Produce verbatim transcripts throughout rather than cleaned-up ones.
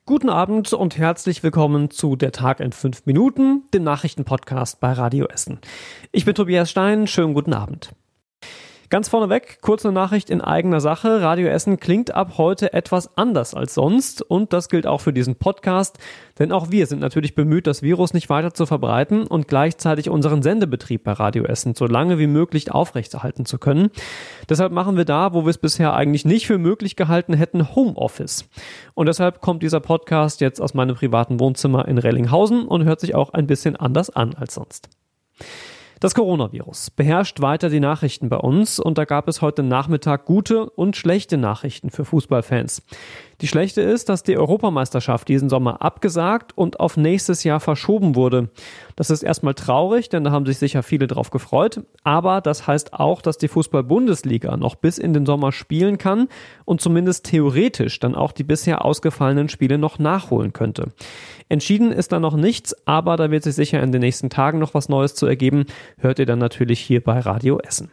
Guten Abend und herzlich willkommen zu Der Tag in fünf Minuten, dem Nachrichtenpodcast bei Radio Essen. Ich bin Tobias Stein, schönen guten Abend. Ganz vorneweg, kurz eine Nachricht in eigener Sache. Radio Essen klingt ab heute etwas anders als sonst und das gilt auch für diesen Podcast, denn auch wir sind natürlich bemüht, das Virus nicht weiter zu verbreiten und gleichzeitig unseren Sendebetrieb bei Radio Essen so lange wie möglich aufrechterhalten zu können. Deshalb machen wir da, wo wir es bisher eigentlich nicht für möglich gehalten hätten, Homeoffice. Und deshalb kommt dieser Podcast jetzt aus meinem privaten Wohnzimmer in Rellinghausen und hört sich auch ein bisschen anders an als sonst. Das Coronavirus beherrscht weiter die Nachrichten bei uns und da gab es heute Nachmittag gute und schlechte Nachrichten für Fußballfans. Die schlechte ist, dass die Europameisterschaft diesen Sommer abgesagt und auf nächstes Jahr verschoben wurde. Das ist erstmal traurig, denn da haben sich sicher viele drauf gefreut. Aber das heißt auch, dass die Fußball-Bundesliga noch bis in den Sommer spielen kann und zumindest theoretisch dann auch die bisher ausgefallenen Spiele noch nachholen könnte. Entschieden ist da noch nichts, aber da wird sich sicher in den nächsten Tagen noch was Neues zu ergeben. Hört ihr dann natürlich hier bei Radio Essen.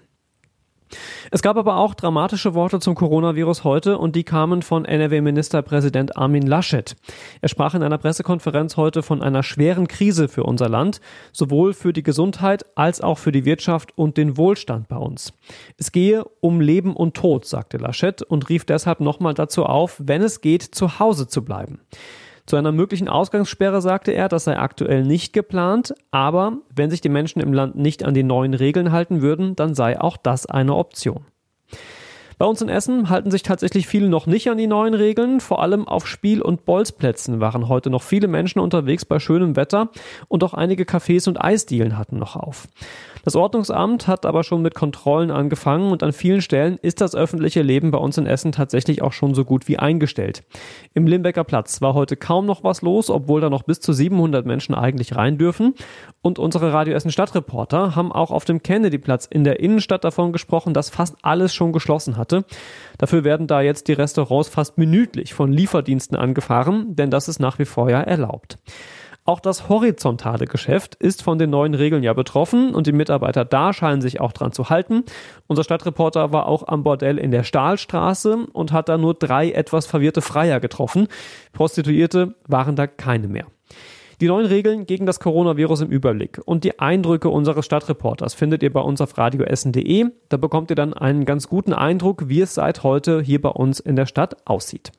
Es gab aber auch dramatische Worte zum Coronavirus heute und die kamen von N R W-Ministerpräsident Armin Laschet. Er sprach in einer Pressekonferenz heute von einer schweren Krise für unser Land, sowohl für die Gesundheit als auch für die Wirtschaft und den Wohlstand bei uns. Es gehe um Leben und Tod, sagte Laschet und rief deshalb nochmal dazu auf, wenn es geht, zu Hause zu bleiben. Zu einer möglichen Ausgangssperre sagte er, das sei aktuell nicht geplant, aber wenn sich die Menschen im Land nicht an die neuen Regeln halten würden, dann sei auch das eine Option. Bei uns in Essen halten sich tatsächlich viele noch nicht an die neuen Regeln. Vor allem auf Spiel- und Bolzplätzen waren heute noch viele Menschen unterwegs bei schönem Wetter und auch einige Cafés und Eisdielen hatten noch auf. Das Ordnungsamt hat aber schon mit Kontrollen angefangen und an vielen Stellen ist das öffentliche Leben bei uns in Essen tatsächlich auch schon so gut wie eingestellt. Im Limbecker Platz war heute kaum noch was los, obwohl da noch bis zu siebenhundert Menschen eigentlich rein dürfen. Und unsere Radio Essen Stadtreporter haben auch auf dem Kennedy-Platz in der Innenstadt davon gesprochen, dass fast alles schon geschlossen hatte. Dafür werden da jetzt die Restaurants fast minütlich von Lieferdiensten angefahren, denn das ist nach wie vor ja erlaubt. Auch das horizontale Geschäft ist von den neuen Regeln ja betroffen und die Mitarbeiter da scheinen sich auch dran zu halten. Unser Stadtreporter war auch am Bordell in der Stahlstraße und hat da nur drei etwas verwirrte Freier getroffen. Prostituierte waren da keine mehr. Die neuen Regeln gegen das Coronavirus im Überblick und die Eindrücke unseres Stadtreporters findet ihr bei uns auf radioessen punkt de. Da bekommt ihr dann einen ganz guten Eindruck, wie es seit heute hier bei uns in der Stadt aussieht.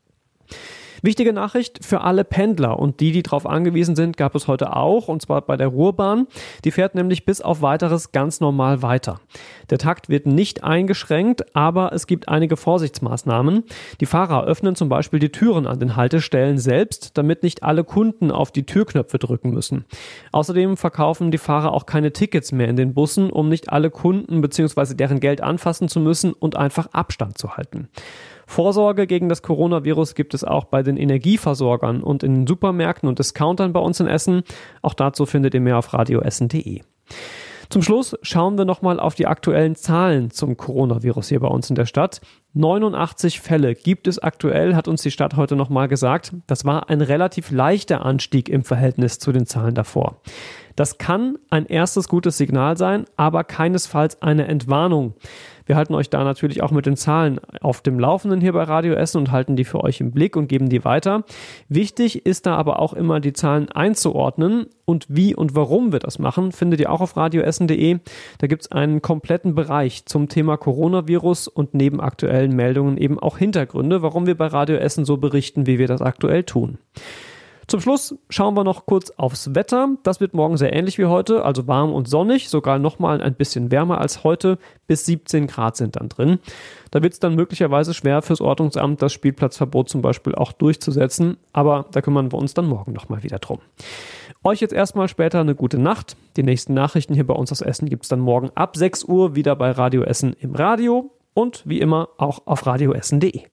Wichtige Nachricht für alle Pendler und die, die darauf angewiesen sind, gab es heute auch, und zwar bei der Ruhrbahn. Die fährt nämlich bis auf Weiteres ganz normal weiter. Der Takt wird nicht eingeschränkt, aber es gibt einige Vorsichtsmaßnahmen. Die Fahrer öffnen zum Beispiel die Türen an den Haltestellen selbst, damit nicht alle Kunden auf die Türknöpfe drücken müssen. Außerdem verkaufen die Fahrer auch keine Tickets mehr in den Bussen, um nicht alle Kunden bzw. deren Geld anfassen zu müssen und einfach Abstand zu halten. Vorsorge gegen das Coronavirus gibt es auch bei den Energieversorgern und in den Supermärkten und Discountern bei uns in Essen. Auch dazu findet ihr mehr auf radioessen punkt de. Zum Schluss schauen wir nochmal auf die aktuellen Zahlen zum Coronavirus hier bei uns in der Stadt. neunundachtzig Fälle gibt es aktuell, hat uns die Stadt heute nochmal gesagt. Das war ein relativ leichter Anstieg im Verhältnis zu den Zahlen davor. Das kann ein erstes gutes Signal sein, aber keinesfalls eine Entwarnung. Wir halten euch da natürlich auch mit den Zahlen auf dem Laufenden hier bei Radio Essen und halten die für euch im Blick und geben die weiter. Wichtig ist da aber auch immer, die Zahlen einzuordnen und wie und warum wir das machen, findet ihr auch auf radioessen punkt de. Da gibt es einen kompletten Bereich zum Thema Coronavirus und neben aktuellen Meldungen eben auch Hintergründe, warum wir bei Radio Essen so berichten, wie wir das aktuell tun. Zum Schluss schauen wir noch kurz aufs Wetter. Das wird morgen sehr ähnlich wie heute, also warm und sonnig, sogar nochmal ein bisschen wärmer als heute. Bis siebzehn Grad sind dann drin. Da wird es dann möglicherweise schwer fürs Ordnungsamt, das Spielplatzverbot zum Beispiel auch durchzusetzen, aber da kümmern wir uns dann morgen nochmal wieder drum. Euch jetzt erstmal später eine gute Nacht. Die nächsten Nachrichten hier bei uns aus Essen gibt es dann morgen ab sechs Uhr wieder bei Radio Essen im Radio und wie immer auch auf radioessen punkt de.